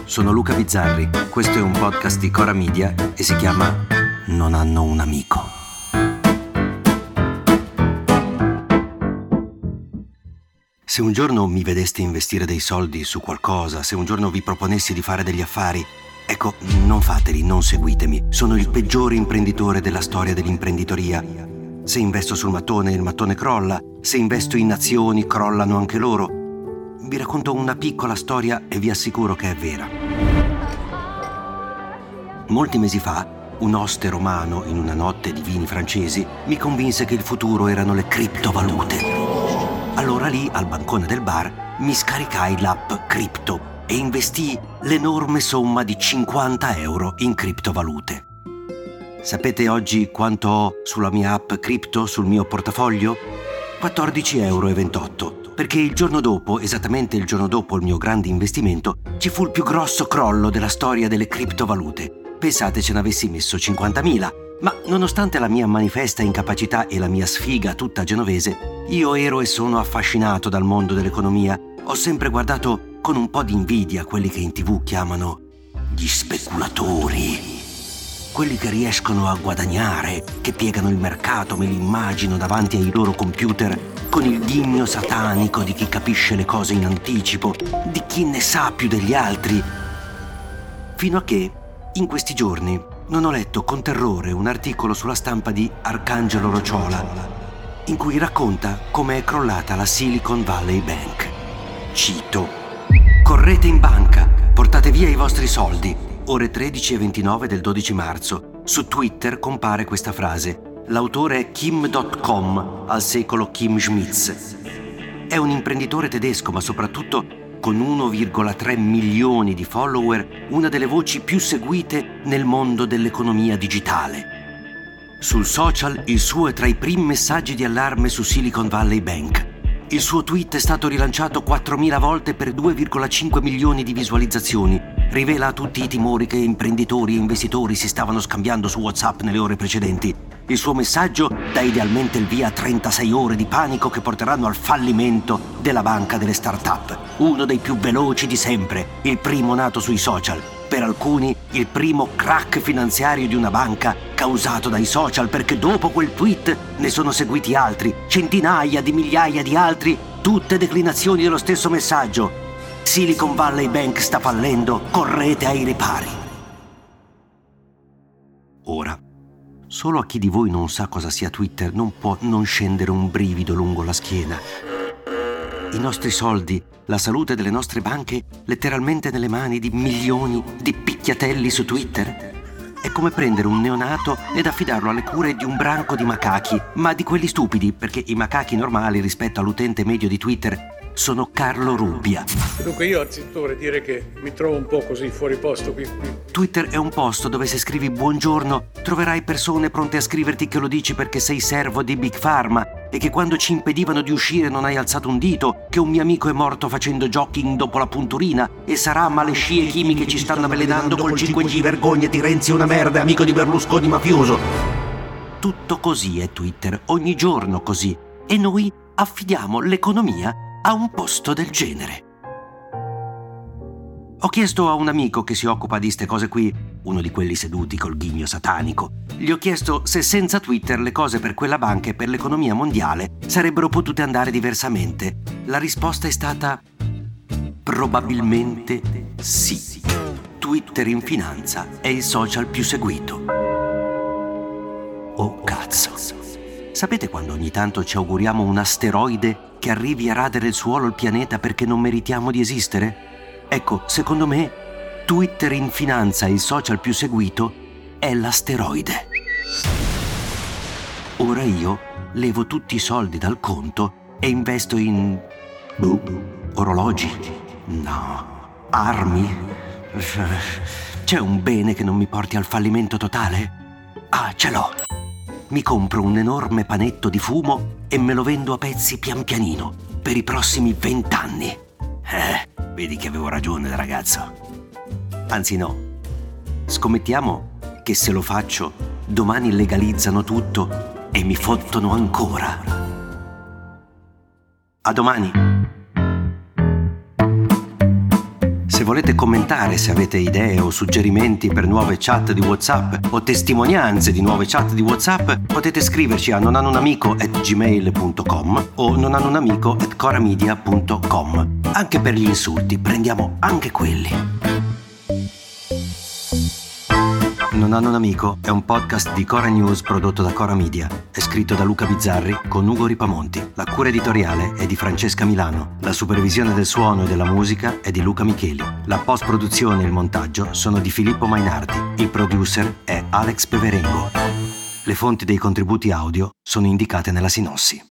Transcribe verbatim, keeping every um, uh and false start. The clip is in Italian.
sono Luca Bizzarri, questo è un podcast di Cora Media e si chiama Non hanno un amico. Se un giorno mi vedeste investire dei soldi su qualcosa, se un giorno vi proponessi di fare degli affari, ecco, non fateli, non seguitemi. Sono il peggiore imprenditore della storia dell'imprenditoria. Se investo sul mattone, il mattone crolla. Se investo in azioni, crollano anche loro. Vi racconto una piccola storia e vi assicuro che è vera. Molti mesi fa, un oste romano in una notte di vini francesi mi convinse che il futuro erano le criptovalute. Allora lì, al bancone del bar, mi scaricai l'app Crypto e investii l'enorme somma di cinquanta euro in criptovalute. Sapete oggi quanto ho sulla mia app Crypto, sul mio portafoglio? quattordici euro e ventotto. Perché il giorno dopo, esattamente il giorno dopo il mio grande investimento, ci fu il più grosso crollo della storia delle criptovalute. Pensate ce n'avessi messo cinquantamila, ma nonostante la mia manifesta incapacità e la mia sfiga tutta genovese, io ero e sono affascinato dal mondo dell'economia. Ho sempre guardato con un po' di invidia quelli che in tv chiamano gli speculatori. Quelli che riescono a guadagnare, che piegano il mercato, me li immagino davanti ai loro computer con il ghigno satanico di chi capisce le cose in anticipo, di chi ne sa più degli altri. Fino a che, in questi giorni, non ho letto con terrore un articolo sulla stampa di Arcangelo Rocciola, in cui racconta come è crollata la Silicon Valley Bank. Cito: correte in banca, portate via i vostri soldi. Ore tredici e ventinove del dodici marzo. Su Twitter compare questa frase. L'autore è Kim punto com, al secolo Kim Schmitz. È un imprenditore tedesco, ma soprattutto con uno virgola tre milioni di follower, una delle voci più seguite nel mondo dell'economia digitale. Sul social il suo è tra i primi messaggi di allarme su Silicon Valley Bank. Il suo tweet è stato rilanciato quattromila volte per due virgola cinque milioni di visualizzazioni. Rivela a tutti i timori che imprenditori e investitori si stavano scambiando su WhatsApp nelle ore precedenti. Il suo messaggio dà idealmente il via a trentasei ore di panico che porteranno al fallimento della banca delle start-up. Uno dei più veloci di sempre, il primo nato sui social. Per alcuni il primo crack finanziario di una banca causato dai social, perché dopo quel tweet ne sono seguiti altri, centinaia di migliaia di altri, tutte declinazioni dello stesso messaggio. Silicon Valley Bank sta fallendo, correte ai ripari. Ora, solo a chi di voi non sa cosa sia Twitter non può non scendere un brivido lungo la schiena. I nostri soldi, la salute delle nostre banche, letteralmente nelle mani di milioni di picchiatelli su Twitter? È come prendere un neonato ed affidarlo alle cure di un branco di macachi, ma di quelli stupidi, perché i macachi normali rispetto all'utente medio di Twitter sono Carlo Rubbia. Dunque io anzitutto vorrei dire che mi trovo un po' così fuori posto qui. Twitter è un posto dove se scrivi buongiorno troverai persone pronte a scriverti che lo dici perché sei servo di Big Pharma e che quando ci impedivano di uscire non hai alzato un dito, che un mio amico è morto facendo jogging dopo la punturina e sarà ma le scie chimiche ci stanno avvelenando col cinque G, vergognati Renzi è una merda, amico di Berlusconi mafioso. Tutto così è Twitter, ogni giorno così, e noi affidiamo l'economia a un posto del genere. Ho chiesto a un amico che si occupa di ste cose qui, uno di quelli seduti col ghigno satanico, gli ho chiesto se senza Twitter le cose per quella banca e per l'economia mondiale sarebbero potute andare diversamente. La risposta è stata probabilmente sì. Twitter in finanza è il social più seguito. Oh cazzo. Sapete quando ogni tanto ci auguriamo un asteroide che arrivi a radere il suolo il pianeta perché non meritiamo di esistere? Ecco, secondo me, Twitter in finanza, il social più seguito, è l'asteroide. Ora io levo tutti i soldi dal conto e investo in... Boh, orologi? No. Armi? C'è un bene che non mi porti al fallimento totale? Ah, ce l'ho! Mi compro un enorme panetto di fumo e me lo vendo a pezzi pian pianino per i prossimi vent'anni. Eh, vedi che avevo ragione da ragazzo. Anzi no, scommettiamo che se lo faccio domani legalizzano tutto e mi fottono ancora. A domani. Se volete commentare, se avete idee o suggerimenti per nuove chat di WhatsApp o testimonianze di nuove chat di WhatsApp, potete scriverci a nonhanunamico at gmail punto com o nonhanunamico at coramedia punto com. Anche per gli insulti, prendiamo anche quelli. Non hanno un amico è un podcast di Cora News prodotto da Cora Media. È scritto da Luca Bizzarri con Ugo Ripamonti. La cura editoriale è di Francesca Milano. La supervisione del suono e della musica è di Luca Micheli. La post-produzione e il montaggio sono di Filippo Mainardi. Il producer è Alex Peverengo. Le fonti dei contributi audio sono indicate nella sinossi.